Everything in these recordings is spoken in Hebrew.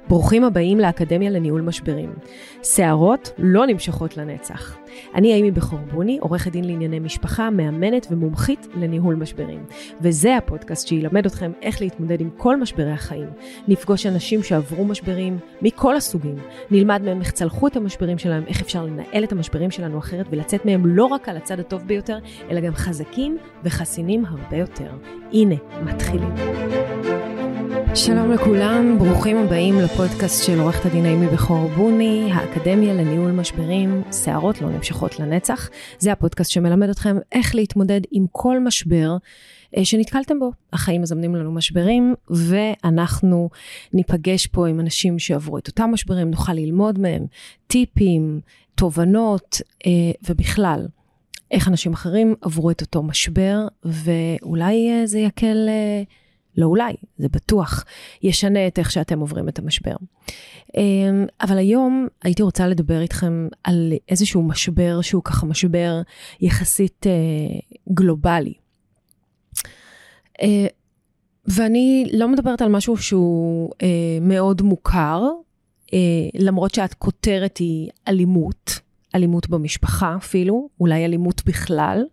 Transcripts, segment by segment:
ברוכים הבאים לאקדמיה לניהול משברים. שערות לא נמשכות לנצח. אני אימי בכור בוני, עורכת דין לענייני משפחה, מאמנת ומומחית לניהול משברים. וזה הפודקאסט שילמד אתכם איך להתמודד עם כל משברי החיים. נפגוש אנשים שעברו משברים מכל הסוגים. נלמד מהם איך צלחו את המשברים שלהם, איך אפשר לנהל את המשברים שלנו אחרת ולצאת מהם לא רק על הצד הטוב ביותר, אלא גם חזקים וחסינים הרבה יותר. הנה, מתחילים. שלום לכולם, ברוכים הבאים לפודקאסט של עורכת הדין אימי בכור בוני, האקדמיה לניהול משברים, שערות לא נמשכות לנצח. זה הפודקאסט שמלמד אתכם איך להתמודד עם כל משבר שנתקלתם בו. החיים מזמנים לנו משברים, ואנחנו ניפגש פה עם אנשים שעברו את אותם משברים, נוכל ללמוד מהם טיפים, תובנות, ובכלל, איך אנשים אחרים עברו את אותו משבר, ואולי זה יקל... לא אולי, זה בטוח, ישנה את איך שאתם עוברים את המשבר. אבל היום הייתי רוצה לדבר איתכם על איזשהו משבר, שהוא ככה משבר יחסית גלובלי. ואני לא מדברת על משהו שהוא מאוד מוכר, למרות שהכותרת היא אלימות, אלימות במשפחה אפילו, אולי אלימות בכלל.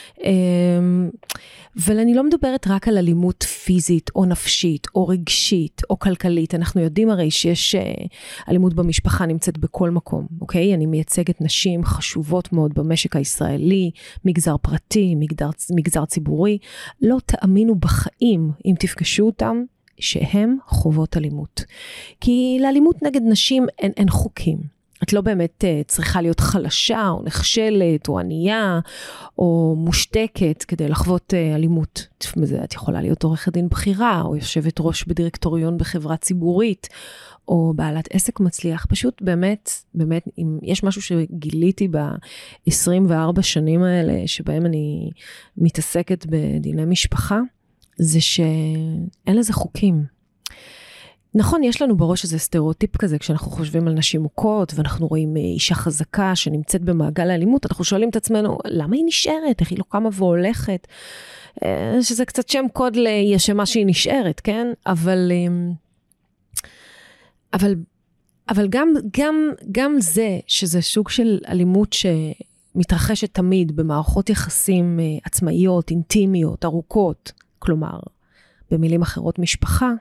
אבל אני לא מדברת רק על אלימות פיזית או נפשית או רגשית או כלכלית. אנחנו יודעים הרי שיש אלימות במשפחה נמצאת בכל מקום, אוקיי? אני מייצגת נשים חשובות מאוד במשק הישראלי, מגזר פרטי, מגזר ציבורי. לא תאמינו בחיים אם תפגשו אותם שהם חוות אלימות. כי לאלימות נגד נשים אין חוקים. את לא באמת צריכה להיות חלשה או נחשלת או ענייה או מושתקת כדי לחוות אלימות. את יכולה להיות עורכת דין בחירה או יושבת ראש בדירקטוריון בחברה ציבורית או בעלת עסק מצליח. פשוט באמת, אם יש משהו שגיליתי ב-24 שנים האלה שבהם אני מתעסקת בדיני משפחה, זה שאין לזה חוקים. נכון, יש לנו בראש איזה סטריאוטיפ כזה, כשאנחנו חושבים על נשים מוכות, ואנחנו רואים אישה חזקה שנמצאת במעגל האלימות, אנחנו שואלים את עצמנו, למה היא נשארת? איך היא לא קמה והולכת? שזה קצת שם קוד לישמה שהיא נשארת, כן? אבל גם זה, שזה סוג של אלימות שמתרחשת תמיד במערכות יחסים עצמאיות, אינטימיות, ארוכות, כלומר, במילים אחרות משפחה,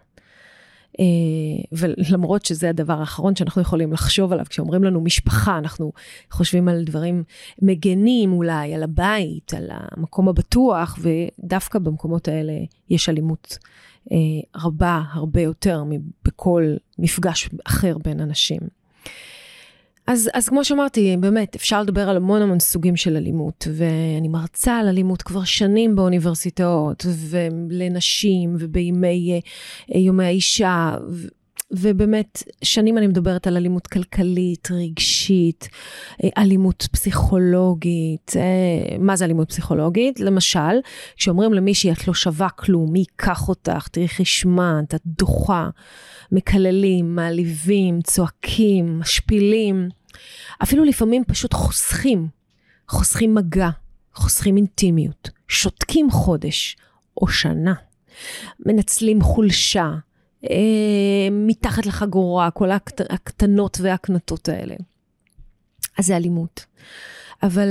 ולמרות שזה הדבר האחרון שאנחנו יכולים לחשוב עליו, כשאומרים לנו משפחה, אנחנו חושבים על דברים מגנים אולי, על הבית, על המקום הבטוח, ודווקא במקומות האלה יש אלימות רבה, הרבה יותר מבכל מפגש אחר בין אנשים. אז כמו שאמרתי, באמת, אפשר לדבר על המון סוגים של אלימות, ואני מרצה על אלימות כבר שנים באוניברסיטאות, ולנשים, ובימי יומי האישה, ובאמת, שנים אני מדברת על אלימות כלכלית, רגשית, אלימות פסיכולוגית. מה זה אלימות פסיכולוגית? למשל, כשאומרים למישהי, את לא שווה כלום, מי ייקח אותך, תראי חשמה, את דוחה, מקללים, מעליבים, צועקים, משפילים, אפילו לפעמים פשוט חוסכים מגע, חוסכים אינטימיות, שותקים חודש או שנה, מנצלים חולשה, מתחת לחגורה, כל הקטנות והקנטות האלה. אז זה אלימות. אבל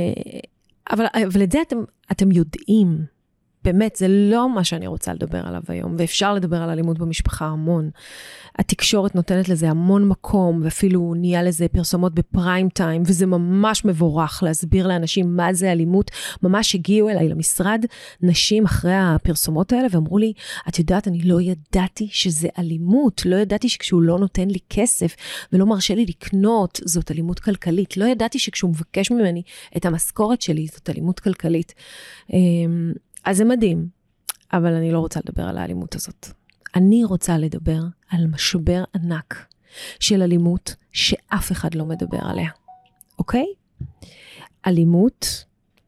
את זה אתם יודעים, באמת, זה לא מה שאני רוצה לדבר עליו היום, ואפשר לדבר על אלימות במשפחה המון. התקשורת נותנת לזה המון מקום, ואפילו נהיה לזה פרסומות בפריים טיים, וזה ממש מבורך להסביר לאנשים מה זה אלימות. ממש הגיעו אליי למשרד נשים אחרי הפרסומות האלה, ואמרו לי, את יודעת, אני לא ידעתי שזה אלימות, לא ידעתי שכשהוא לא נותן לי כסף, ולא מרשה לי לקנות, זאת אלימות כלכלית. לא ידעתי שכשהוא מבקש ממני את המשכורת שלי, זאת אלימות כלכלית. אז זה מדהים, אבל אני לא רוצה לדבר על האלימות הזאת. אני רוצה לדבר על משבר ענק של אלימות שאף אחד לא מדבר עליה. אוקיי? אלימות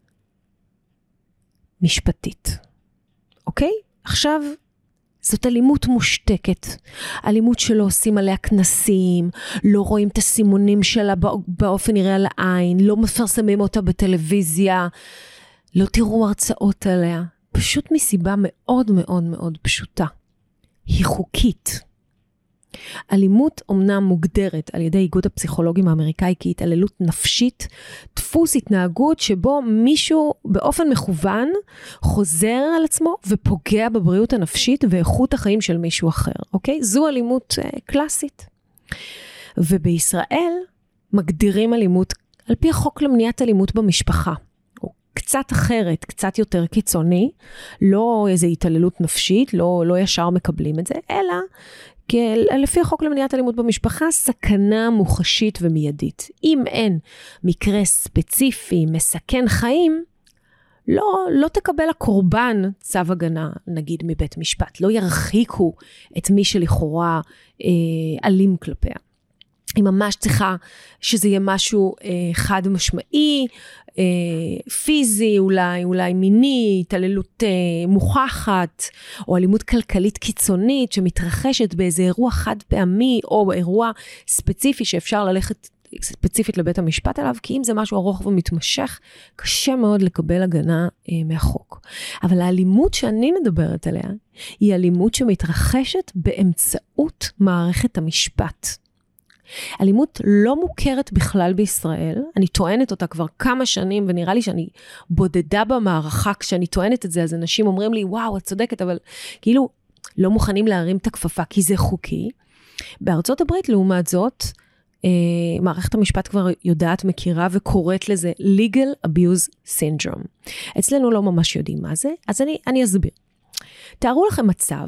משפטית. אוקיי? עכשיו, זאת אלימות מושתקת. אלימות שלא עושים עליה כנסים, לא רואים את הסימונים שלה באופן נראה לעין, לא מפרסמים אותה בטלוויזיה, לא תראו הרצאות עליה, פשוט מסיבה מאוד מאוד מאוד פשוטה. היא חוקית. אלימות אומנם מוגדרת על ידי איגוד הפסיכולוגים האמריקאי כהתעללות נפשית, דפוס התנהגות שבו מישהו באופן מכוון חוזר על עצמו ופוגע בבריאות הנפשית ואיכות החיים של מישהו אחר, אוקיי? זו אלימות קלאסית. ובישראל מגדירים אלימות על פי החוק למניעת אלימות במשפחה. קצת אחרת, קצת יותר קיצוני, לא איזו התעללות נפשית, לא ישר מקבלים את זה, אלא לפי החוק למניעת אלימות במשפחה, סכנה מוחשית ומיידית. אם אין מקרה ספציפי, מסכן חיים, לא תקבל הקורבן צו הגנה, נגיד מבית משפט, לא ירחיקו את מי שלכאורה אלים כלפיה. היא ממש צריכה שזה יהיה משהו חד משמעי, פיזי, אולי מיני, התעללות מוכחת, או אלימות כלכלית קיצונית שמתרחשת באיזה אירוע חד פעמי, או אירוע ספציפי שאפשר ללכת ספציפית לבית המשפט עליו, כי אם זה משהו ארוך ומתמשך, קשה מאוד לקבל הגנה מהחוק. אבל האלימות שאני מדברת עליה, היא אלימות שמתרחשת באמצעות מערכת המשפט. אלימות לא מוכרת בכלל בישראל, אני טוענת אותה כבר כמה שנים, ונראה לי שאני בודדה במערכה, כשאני טוענת את זה, אז אנשים אומרים לי, וואו, את צודקת, אבל כאילו לא מוכנים להרים את הכפפה, כי זה חוקי. בארצות הברית, לעומת זאת, מערכת המשפט כבר יודעת, מכירה וקוראת לזה legal abuse syndrome. אצלנו לא ממש יודעים מה זה, אז אני אסביר. תארו לכם מצב,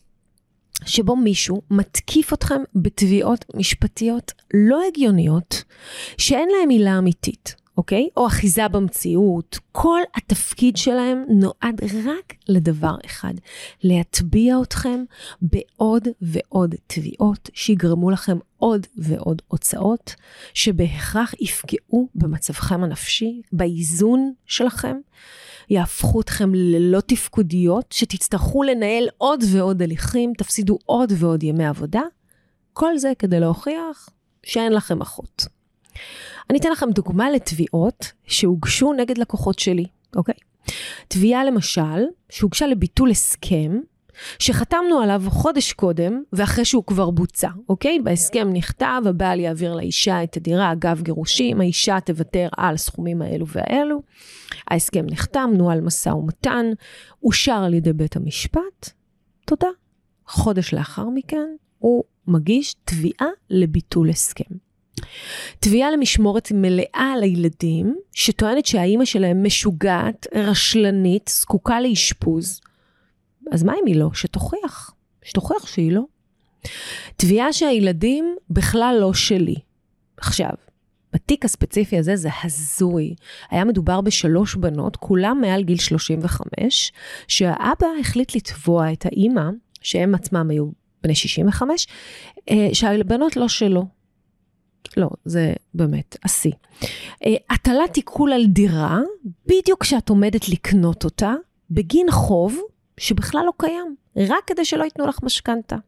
שבו מישהו מתקיף אתכם בתביעות משפטיות לא הגיוניות, שאין להם מילה אמיתית, אוקיי? או אחיזה במציאות. כל התפקיד שלהם נועד רק לדבר אחד, להטביע אתכם בעוד ועוד תביעות, שיגרמו לכם עוד ועוד הוצאות, שבהכרח יפגעו במצבכם הנפשי, באיזון שלכם, יהפכו אתכם ללא תפקודיות, שתצטרכו לנהל עוד ועוד הליכים, תפסידו עוד ועוד ימי עבודה, כל זה כדי להוכיח שאין לכם אחות. אני אתן לכם דוגמה לתביעות שהוגשו נגד לקוחות שלי, אוקיי? תביעה למשל, שהוגשה לביטול הסכם, שחתמנו עליו חודש קודם, ואחרי שהוא כבר בוצע, אוקיי? בהסכם נכתב, הבעל יעביר לאישה את הדירה, אגב גירושים, האישה תוותר על הסכומים האלו והאלו, ההסכם נחתם, נוהל משא ומתן, אושר על ידי בית המשפט, תודה. חודש לאחר מכן, הוא מגיש תביעה לביטול הסכם. תביעה למשמורת מלאה לילדים, שטוענת שהאימא שלהם משוגעת, רשלנית, זקוקה לאשפוז. אז מה אם היא לא? שתוכיח שהיא לא. תביעה שהילדים בכלל לא שלי. עכשיו, בתיק הספציפי הזה זה הזוי. היה מדובר ב3 בנות, כולם מעל גיל 35, שהאבא החליט לתבוע את האימא, שהם עצמם היו בני 65, שהבנות לא שלו. לא, זה באמת עשי. הטלת עיקול על דירה, בדיוק כשאת עומדת לקנות אותה, בגין חוב שבכלל לא קיים, רק כדי שלא ייתנו לך משכנתה.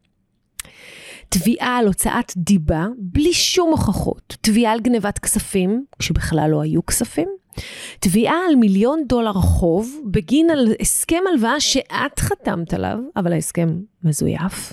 תביעה על הוצאת דיבה, בלי שום הוכחות. תביעה על גנבת כספים, כשבכלל לא היו כספים. תביעה על $1,000,000 חוב, בגין על הסכם הלוואה שאת חתמת עליו, אבל ההסכם מזויף.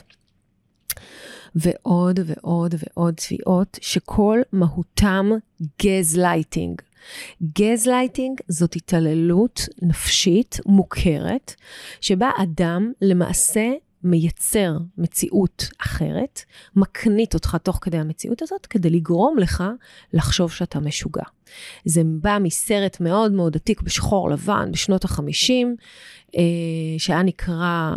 ועוד ועוד ועוד תביעות, שכל מהותם גזלייטינג. גזלייטינג זאת התעללות נפשית מוכרת, שבה אדם למעשה מייצר מציאות אחרת, מקנית אותך תוך כדי המציאות הזאת, כדי לגרום לך לחשוב שאתה משוגע. זה בא מסרט מאוד מאוד עתיק בשחור לבן, בשנות ה-50, שהיה נקרא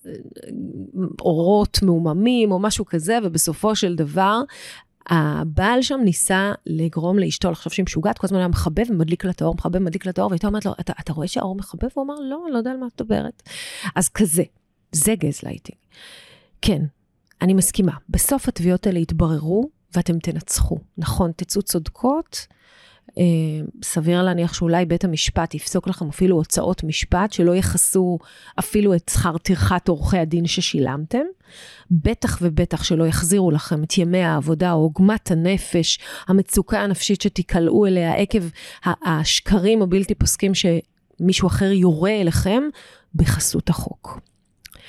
אורות מאוממים או משהו כזה, ובסופו של דבר, הבעל שם ניסה לגרום לאשתו לחשוב שהיא משוגעת, כל הזמן היה מחבב ומדליק לתאור, מחבב ומדליק לתאור, והייתה אומרת לו, אתה רואה שהאור מחבב? הוא אמר, לא, אני לא יודע על מה את מדברת. אז כזה, זה גזלייטינג. כן, אני מסכימה. בסוף התביעות האלה יתבררו, ואתם תנצחו. נכון, תצאו צודקות, סביר להניח שאולי בית המשפט יפסוק לכם אפילו הוצאות משפט, שלא יחסו אפילו את שכר טרחת עורכי הדין ששילמתם, בטח ובטח שלא יחזירו לכם את ימי העבודה, או עוגמת הנפש, המצוקה הנפשית שתיקלעו אליה, עקב השקרים הבלתי פוסקים שמישהו אחר יורה אליכם, בחסות החוק.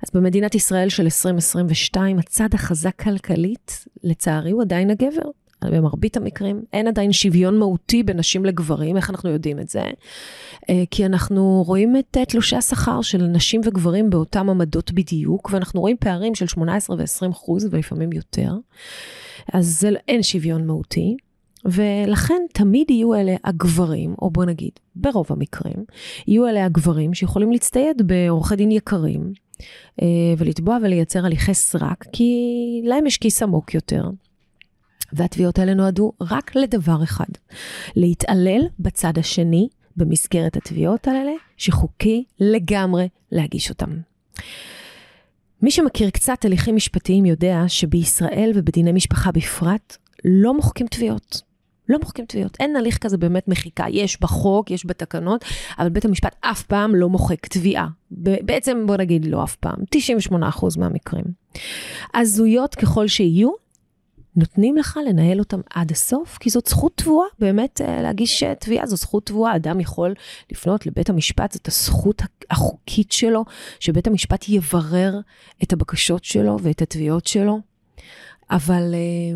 אז במדינת ישראל של 2022, הצד החזק כלכלית, לצערי, הוא עדיין הגבר. במרבית המקרים, אין עדיין שוויון מהותי בין נשים לגברים, איך אנחנו יודעים את זה? כי אנחנו רואים את תלושי השכר של נשים וגברים באותם עמדות בדיוק, ואנחנו רואים פערים של 18% ו-20% ולפעמים יותר, אז אין שוויון מהותי, ולכן תמיד יהיו אלה הגברים, או בוא נגיד, ברוב המקרים, יהיו אלה הגברים שיכולים להצטייד בעורכי דין יקרים, ולתבוע ולייצר הליכי סרק, כי להם יש כיס עמוק יותר, והתביעות האלה נועדו רק לדבר אחד, להתעלל בצד השני במסגרת התביעות האלה, שחוקי לגמרי להגיש אותם. מי שמכיר קצת הליכים משפטיים יודע שבישראל ובדיני משפחה בפרט, לא מוחקים תביעות. לא מוחקים תביעות. אין הליך כזה באמת מחיקה. יש בחוק, יש בתקנות, אבל בית המשפט אף פעם לא מוחק תביעה. בעצם בוא נגיד לא אף פעם. 98% מהמקרים. הזויות ככל שיהיו, נותנים לך לנהל אותם עד הסוף, כי זאת זכות תבואה, באמת להגיש תביעה, זו זכות תבואה, אדם יכול לפנות לבית המשפט, זאת הזכות החוקית שלו, שבית המשפט יברר את הבקשות שלו ואת התביעות שלו, אבל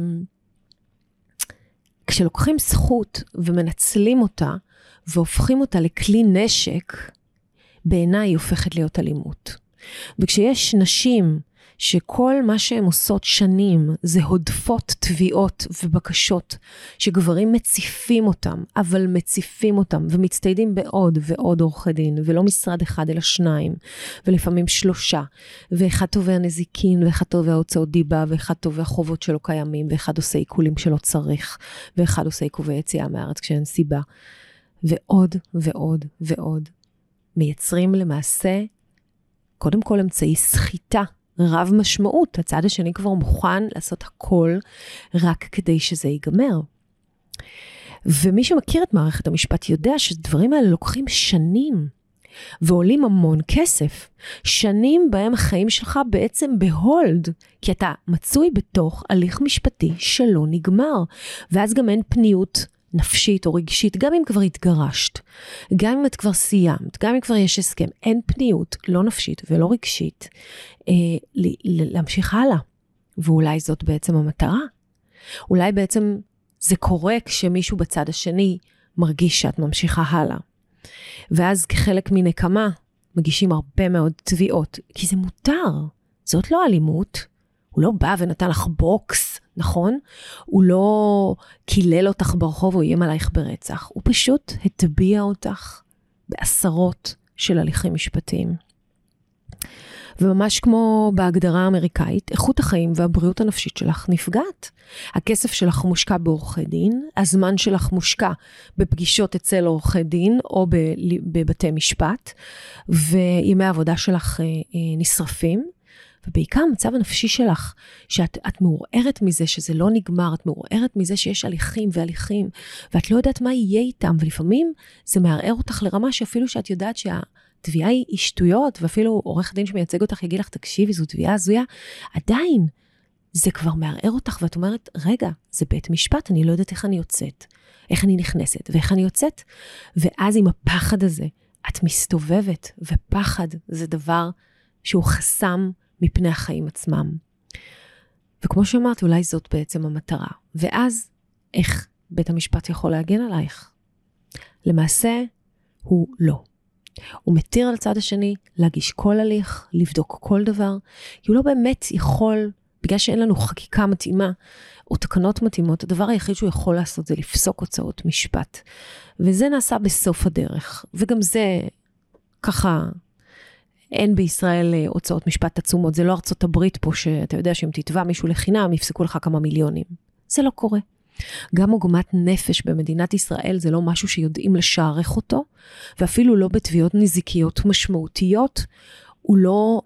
כשלוקחים זכות ומנצלים אותה, והופכים אותה לכלי נשק, בעיניי היא הופכת להיות אלימות. וכשיש נשים, שכל מה שהן עושות שנים זה הודפות תביעות ובקשות שגברים מציפים אותם, אבל מציפים אותם ומצטיידים בעוד ועוד עורכי דין, ולא משרד אחד אלא 2, ולפעמים 3, ואחד תובע נזיקין, ואחד תובע הוצאות דיבה, ואחד תובע חובות שלא קיימים, ואחד עושה עיקולים שלא צריך, ואחד עושה עיכובי יציאה מהארץ כשאין סיבה, ועוד ועוד ועוד. מייצרים למעשה, קודם כל אמצעי סחיטה, רב משמעות, הצד השני כבר מוכן לעשות הכל רק כדי שזה ייגמר. ומי שמכיר את מערכת המשפט יודע שדברים האלה לוקחים שנים, ועולים המון כסף. שנים בהם החיים שלך בעצם בהולד, כי אתה מצוי בתוך הליך משפטי שלא נגמר, ואז גם אין פניות נפשית או רגשית, גם אם כבר התגרשת, גם אם את כבר סיימת, גם אם כבר יש הסכם, אין פניות, לא נפשית ולא רגשית, להמשיך הלאה. ואולי זאת בעצם המטרה. אולי בעצם זה קורה כשמישהו בצד השני מרגיש שאת ממשיכה הלאה. ואז כחלק מנקמה, מגישים הרבה מאוד תביעות, כי זה מותר, זאת לא אלימות, הוא לא בא ונתן לך בוקס, נכון? הוא לא קילל אותך ברחוב או איים עלייך ברצח. הוא פשוט הטביע אותך בעשרות של הליכים משפטיים. וממש כמו בהגדרה האמריקאית, איכות החיים והבריאות הנפשית שלך נפגעת. הכסף שלך מושקע בעורכי דין, הזמן שלך מושקע בפגישות אצל עורכי דין או בבתי משפט, וימי העבודה שלך נשרפים. ובעיקר המצב הנפשי שלך, שאת מעורערת מזה שזה לא נגמר, את מעורערת מזה שיש הליכים והליכים, ואת לא יודעת מה יהיה איתם, ולפעמים זה מערער אותך לרמה שאפילו שאת יודעת שהתביעה היא שטויות, ואפילו עורך דין שמייצג אותך יגיד לך, תקשיבי, זו תביעה הזויה, עדיין זה כבר מערער אותך, ואת אומרת, רגע, זה בית משפט, אני לא יודעת איך אני יוצאת, איך אני נכנסת, ואיך אני יוצאת, ואז עם הפחד הזה, את מסתובבת, ופחד זה דבר שהוא חסם מפני החיים עצמם. וכמו שאמרתי, אולי זאת בעצם המטרה. ואז, איך בית המשפט יכול להגן עלייך? למעשה, הוא לא. הוא מתיר על צד השני להגיש כל הליך, לבדוק כל דבר, כי הוא לא באמת יכול, בגלל שאין לנו חקיקה מתאימה, או תקנות מתאימות, הדבר היחיד שהוא יכול לעשות זה לפסוק הוצאות משפט. וזה נעשה בסוף הדרך. וגם זה ככה, אין בישראל הוצאות משפט עצומות, זה לא ארצות הברית פה, שאתה יודע שאם תתבע מישהו לחינם, יפסקו לך כמה מיליונים. זה לא קורה. גם עוגמת נפש במדינת ישראל, זה לא משהו שיודעים לשערך אותו, ואפילו לא בתביעות נזיקיות משמעותיות, הוא לא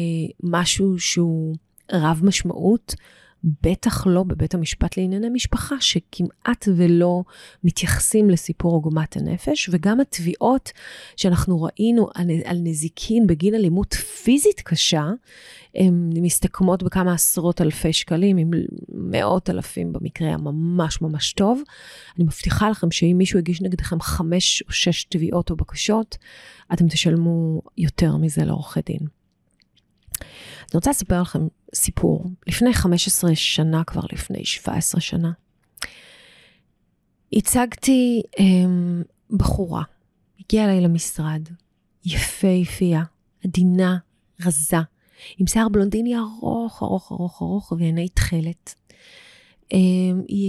משהו שהוא רב משמעות, בטח לא בבית המשפט לענייני משפחה, שכמעט ולא מתייחסים לסיפור עוגמת הנפש, וגם התביעות שאנחנו ראינו על נזיקין בגין אלימות פיזית קשה, הן מסתכמות בכמה עשרות אלפי שקלים, עם 100,000 במקרה הממש ממש טוב. אני מבטיחה לכם שאם מישהו הגיש נגדכם 5 או 6 תביעות או בקשות, אתם תשלמו יותר מזה לעורכי דין. אני רוצה לספר לכם סיפור. לפני 15 שנה, כבר לפני 17 שנה, הצגתי בחורה, הגיעה אליי למשרד, יפהפייה, עדינה, רזה, עם שיער בלונדיני ארוך, ארוך, ארוך, ארוך, ועיני תכלת. היא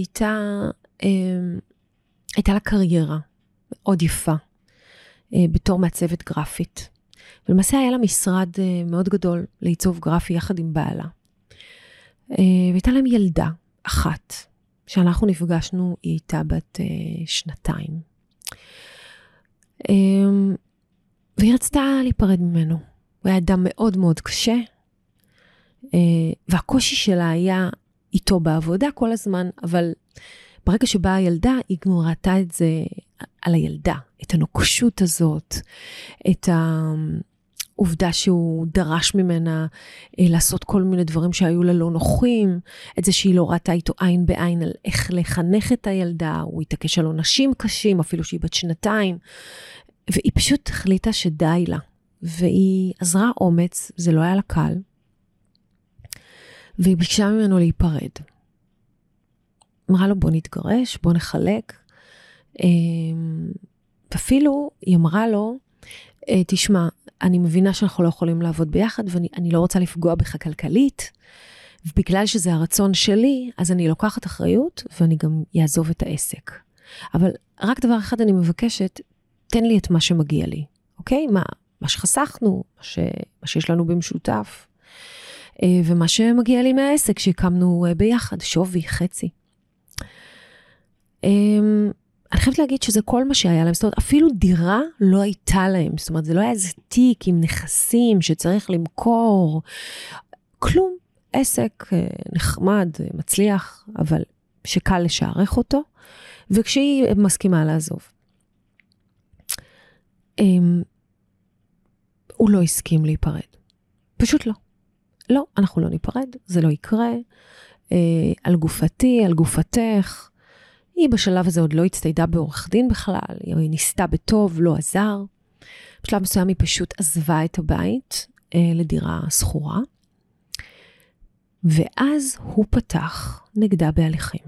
הייתה לה קריירה מאוד יפה, בתור מעצבת גרפית. ולמעשה היה לה משרד מאוד גדול לעיצוב גרפי יחד עם בעלה. והייתה להם ילדה אחת, שאנחנו נפגשנו, היא הייתה בת 2. והיא רצתה להיפרד ממנו. הוא היה אדם מאוד מאוד קשה, והקושי שלה היה איתו בעבודה כל הזמן, אבל ברגע שבאה הילדה, היא גם ראתה את זה על הילדה, את הנוקשות הזאת, את העובדה שהוא דרש ממנה לעשות כל מיני דברים שהיו לה לא נוחים, את זה שהיא לא ראתה איתו עין בעין על איך לחנך את הילדה, הוא התעקש על עונשים קשים, אפילו שהיא בת 2, והיא פשוט החליטה שדי לה, והיא עזרה אומץ, זה לא היה לה קל, והיא ביקשה ממנו להיפרד. אמרה לו בוא נתגרש, בוא נחלק, אפילו היא אמרה לו, תשמע, אני מבינה שאנחנו לא יכולים לעבוד ביחד, ואני לא רוצה לפגוע בך כלכלית, ובגלל שזה הרצון שלי, אז אני לוקחת אחריות, ואני גם יעזוב את העסק. אבל רק דבר אחד אני מבקשת, תן לי את מה שמגיע לי, אוקיי? מה שחסכנו, מה שיש לנו במשותף, ומה שמגיע לי מהעסק שהקמנו ביחד, שווי, חצי. אני חייבת להגיד שזה כל מה שהיה להם, זאת אומרת, אפילו דירה לא הייתה להם, זאת אומרת, זה לא היה איזה תיק עם נכסים שצריך למכור, כלום, עסק נחמד, מצליח, אבל שקל לשערך אותו, וכשהיא מסכימה לעזוב. הוא לא הסכים להיפרד, פשוט לא. לא, אנחנו לא ניפרד, זה לא יקרה, על גופתי, על גופתך, היא בשלב הזה עוד לא הצטיידה בעורך דין בכלל, היא ניסתה בטוב, לא עזר. בשלב מסוים היא פשוט עזבה את הבית לדירה סחורה, ואז הוא פתח נגדה בהליכים.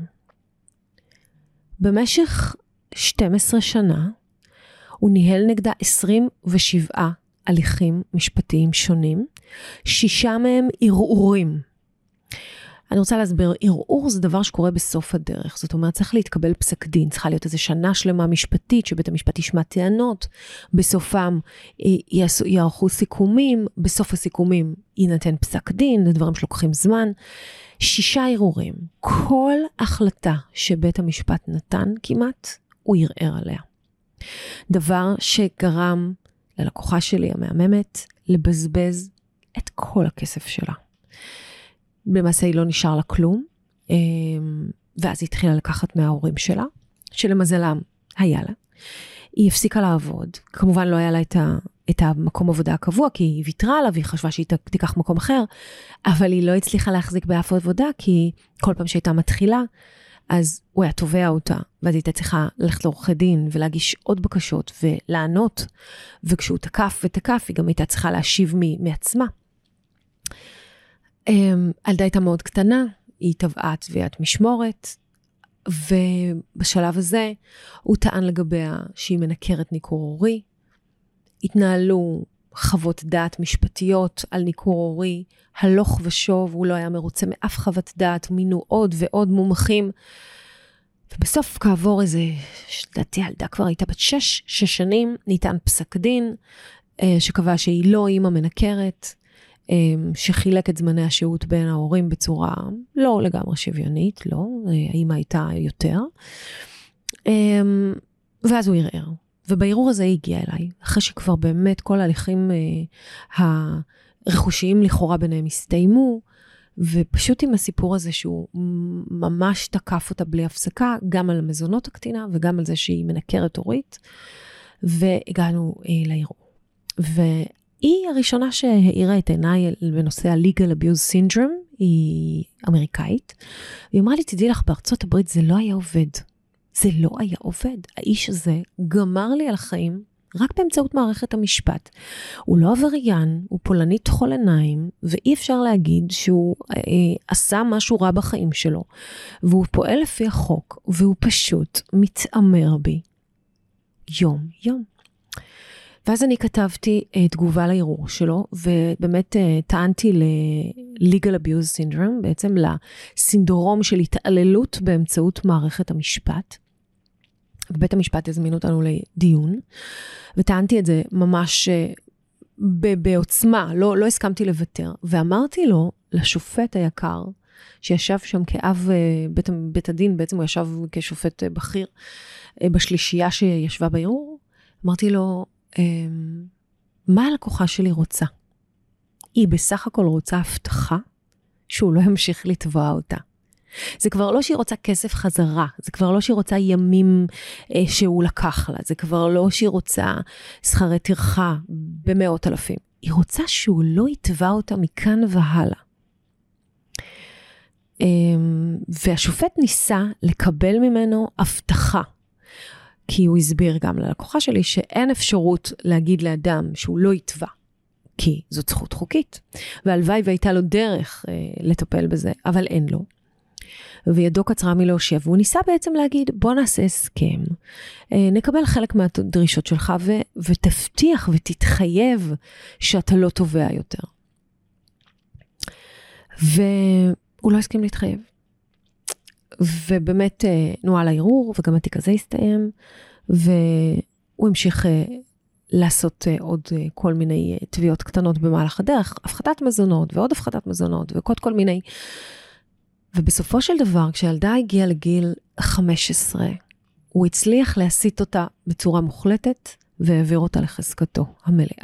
במשך 12 שנה, הוא ניהל נגדה 27 הליכים משפטיים שונים, 6 מהם ערעורים. אני רוצה להסביר, ערעור זה דבר שקורה בסוף הדרך, זאת אומרת, צריך להתקבל פסק דין, צריכה להיות איזו שנה שלמה משפטית, שבית המשפט ישמע טענות, בסופם יערכו סיכומים, בסוף הסיכומים יינתן פסק דין, זה דברים שלוקחים זמן, 6 ערעורים, כל החלטה שבית המשפט נתן כמעט, הוא ירער עליה. דבר שגרם ללקוחה שלי המהממת, לבזבז את כל הכסף שלה. למעשה היא לא נשאר לה כלום, ואז היא התחילה לקחת מההורים שלה, שלמזלם היה לה. היא הפסיקה לעבוד, כמובן לא היה לה את המקום עבודה הקבוע, כי היא ויתרה עליו, והיא חשבה שהיא תיקח מקום אחר, אבל היא לא הצליחה להחזיק באף עבודה, כי כל פעם שהייתה מתחילה, אז הוא היה תובע אותה, ואז היא הייתה צריכה ללכת לעורכי דין, ולהגיש עוד בקשות, ולענות, וכשהוא תקף ותקף, היא גם הייתה צריכה להשיב מעצמה. הילדה הייתה מאוד קטנה, היא טבעה תביעת משמורת, ובשלב הזה הוא טען לגביה שהיא מנקרת ניכור הורי, התנהלו חוות דעת משפטיות על ניכור הורי, הלוך ושוב, הוא לא היה מרוצה מאף חוות דעת, מינו עוד ועוד מומחים, ובסוף כעבור איזה, לדעתי הילדה כבר הייתה בת 6 שנים, ניתן פסק דין, שקבע שהיא לא אימא מנקרת, שחילק את זמני השהות בין ההורים בצורה לא לגמרי שוויונית, לא, האמא הייתה יותר, ואז הוא ערער, ובערעור הזה הגיע אליי, אחרי שכבר באמת כל ההליכים הרכושיים לכאורה ביניהם הסתיימו, ופשוט עם הסיפור הזה שהוא ממש תקף אותה בלי הפסקה, גם על המזונות הקטינה וגם על זה שהיא מנקרת הורית, והגענו לערעור. היא הראשונה שהעירה את עיניי בנושא ה-Legal Abuse Syndrome, היא אמריקאית, והיא אמרה לי, תדעי לך, בארצות הברית זה לא היה עובד. זה לא היה עובד. האיש הזה גמר לי על החיים, רק באמצעות מערכת המשפט. הוא לא עבריין, הוא פולני תחול עיניים, ואי אפשר להגיד שהוא עשה משהו רע בחיים שלו, והוא פועל לפי החוק, והוא פשוט מתאמר בי יום יום. ואז אני כתבתי תגובה לערעור שלו, ובאמת טענתי ל-legal abuse syndrome, בעצם לסינדרום של התעללות באמצעות מערכת המשפט. ובית המשפט הזמין אותנו לדיון, וטענתי את זה ממש בעוצמה, לא הסכמתי לוותר. ואמרתי לו, לשופט היקר, שישב שם כאב בית הדין, בעצם הוא ישב כשופט בכיר, בשלישייה שישבה בערעור, אמרתי לו, מה הלקוחה שלי רוצה? היא בסך הכל רוצה הבטחה שהוא לא ימשיך לתבוע אותה. זה כבר לא שהיא רוצה כסף חזרה, זה כבר לא שהיא רוצה ימים שהוא לקח לה, זה כבר לא שהיא רוצה שכרי טרחה במאות אלפים. היא רוצה שהוא לא יתבע אותה מכאן והלאה. והשופט ניסה לקבל ממנו הבטחה, כי הוא הסביר גם ללקוחה שלי שאין אפשרות להגיד לאדם שהוא לא יתבע, כי זאת זכות חוקית, והלוואי והייתה לו דרך לטפל בזה, אבל אין לו. וידו קצרה מלהושיע, והוא ניסה בעצם להגיד, בוא נעשה הסכם, נקבל חלק מהדרישות שלך, ותבטיח ותתחייב שאתה לא תובע יותר. והוא לא הסכים להתחייב. ובאמת נועל הערעור, וגם התיק הזה הסתיים, והוא המשיך לעשות עוד כל מיני תביעות קטנות במהלך הדרך, הפחתת מזונות, ועוד הפחתת מזונות, וכל מיני. ובסופו של דבר, כשהילדה הגיעה לגיל 15, הוא הצליח להסיט אותה בצורה מוחלטת, והעביר אותה לחזקתו המלאה.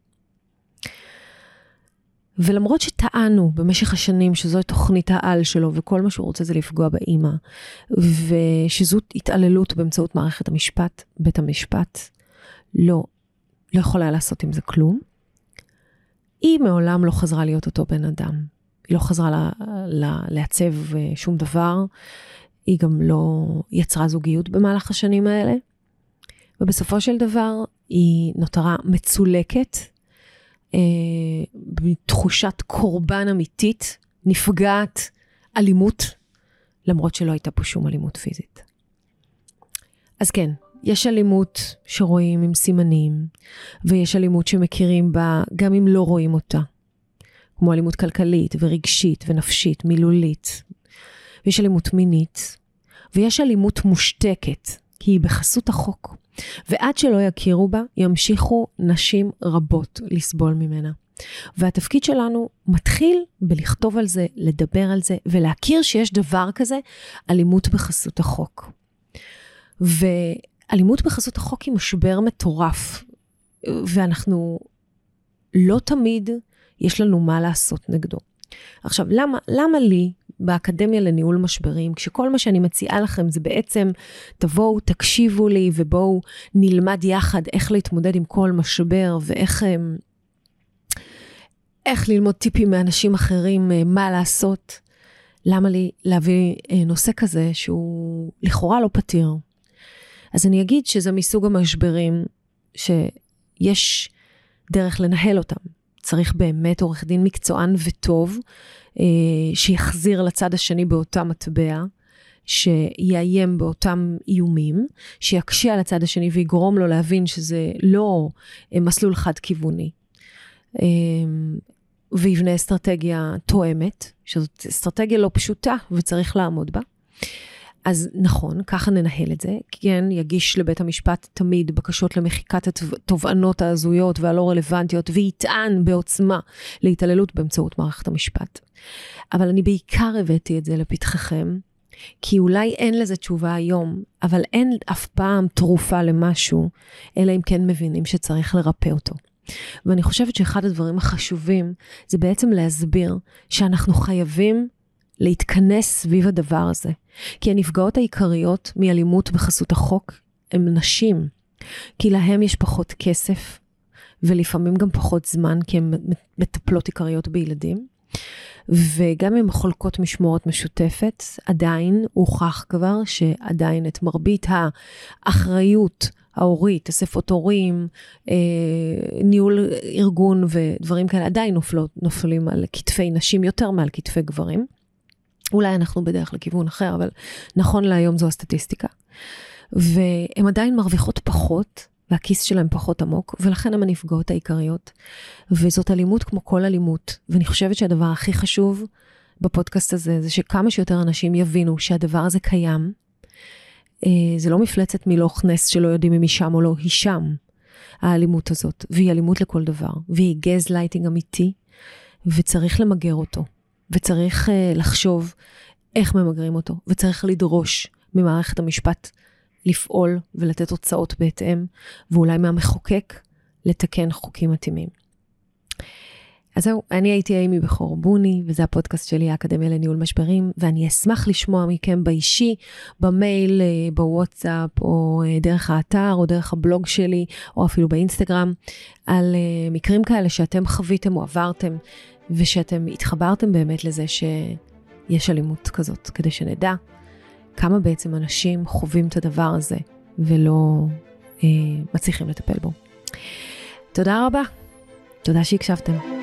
ולמרות שטענו במשך השנים שזו תוכנית העל שלו, וכל מה שהוא רוצה זה לפגוע באמא, ושזו התעללות באמצעות מערכת המשפט, בית המשפט, לא יכולה לעשות עם זה כלום. היא מעולם לא חזרה להיות אותו בן אדם. היא לא חזרה לעצב שום דבר. היא גם לא יצרה זוגיות במהלך השנים האלה. ובסופו של דבר היא נותרה מצולקת, בתחושת קורבן אמיתית, נפגעת אלימות, למרות שלא הייתה פה שום אלימות פיזית. אז כן, יש אלימות שרואים עם סימנים, ויש אלימות שמכירים בה גם אם לא רואים אותה, כמו אלימות כלכלית ורגשית ונפשית, מילולית. ויש אלימות מינית, ויש אלימות מושתקת, כי היא בחסות החוק. ועד שלא יכירו בה, ימשיכו נשים רבות לסבול ממנה. והתפקיד שלנו מתחיל בלכתוב על זה, לדבר על זה, ולהכיר שיש דבר כזה, אלימות בחסות החוק. ואלימות בחסות החוק היא משבר מטורף, ואנחנו לא תמיד יש לנו מה לעשות נגדו. עכשיו, למה לי באקדמיה לניהול משברים, כשכל מה שאני מציעה לכם זה בעצם, תבואו, תקשיבו לי, ובואו נלמד יחד איך להתמודד עם כל משבר, ואיך ללמוד טיפים מאנשים אחרים, מה לעשות. למה לי להביא נושא כזה שהוא לכאורה לא פתיר? אז אני אגיד שזה מסוג המשברים שיש דרך לנהל אותם. צריך באמת עורך דין מקצוען וטוב, שיחזיר לצד השני באותה מטבע, שיאיים באותם איומים, שיקשה על הצד השני ויגרום לו להבין שזה לא מסלול חד כיווני, ויבנה אסטרטגיה תואמת, שזאת אסטרטגיה לא פשוטה וצריך לעמוד בה. אז נכון, ככה ננהל את זה, כן, יגיש לבית המשפט תמיד בקשות למחיקת התובענות ההזויות והלא רלוונטיות, ויטען בעוצמה להתעללות באמצעות מערכת המשפט. אבל אני בעיקר הבאתי את זה לפתחכם, כי אולי אין לזה תשובה היום, אבל אין אף פעם תרופה למשהו, אלא אם כן מבינים שצריך לרפא אותו. ואני חושבת שאחד הדברים החשובים, זה בעצם להסביר שאנחנו חייבים להתכנס סביב הדבר הזה. כי הנפגעות העיקריות מאלימות בחסות החוק הם נשים. כי להם יש פחות כסף, ולפעמים גם פחות זמן, כי הן מטפלות עיקריות בילדים. וגם אם חולקות משמורת משותפת, עדיין הוכח כבר שעדיין את מרבית האחריות ההורית, אספות הורים, ניהול ארגון ודברים כאלה, עדיין נופלים על כתפי נשים יותר מעל כתפי גברים. אולי אנחנו בדרך לכיוון אחר, אבל נכון להיום זו הסטטיסטיקה. והן עדיין מרוויחות פחות, והכיס שלהם פחות עמוק, ולכן הן הנפגעות העיקריות. וזאת אלימות כמו כל אלימות. ואני חושבת שהדבר הכי חשוב בפודקאסט הזה, זה שכמה שיותר אנשים יבינו שהדבר הזה קיים. זה לא מפלצת מלוך נס שלא יודעים אם היא שם או לא, היא שם, האלימות הזאת. והיא אלימות לכל דבר. והיא גזלייטינג אמיתי, וצריך למגר אותו. וצריך לחשוב איך ממגרים אותו. וצריך לדרוש ממערכת המשפט לפעול ולתת תוצאות בהתאם, ואולי מהמחוקק לתקן חוקים מתאימים. אז זהו, אני הייתי אימי בכור בוני, וזה הפודקאסט שלי, האקדמיה לניהול משברים, ואני אשמח לשמוע מכם באישי, במייל, בוואטסאפ, או דרך האתר, או דרך הבלוג שלי, או אפילו באינסטגרם, על מקרים כאלה שאתם חוויתם או עברתם, ושאתם התחברתם באמת לזה שיש אלימות כזאת, כדי שנדע כמה בעצם אנשים חווים את הדבר הזה, ולא מצליחים לטפל בו. תודה רבה. תודה שהקשבתם.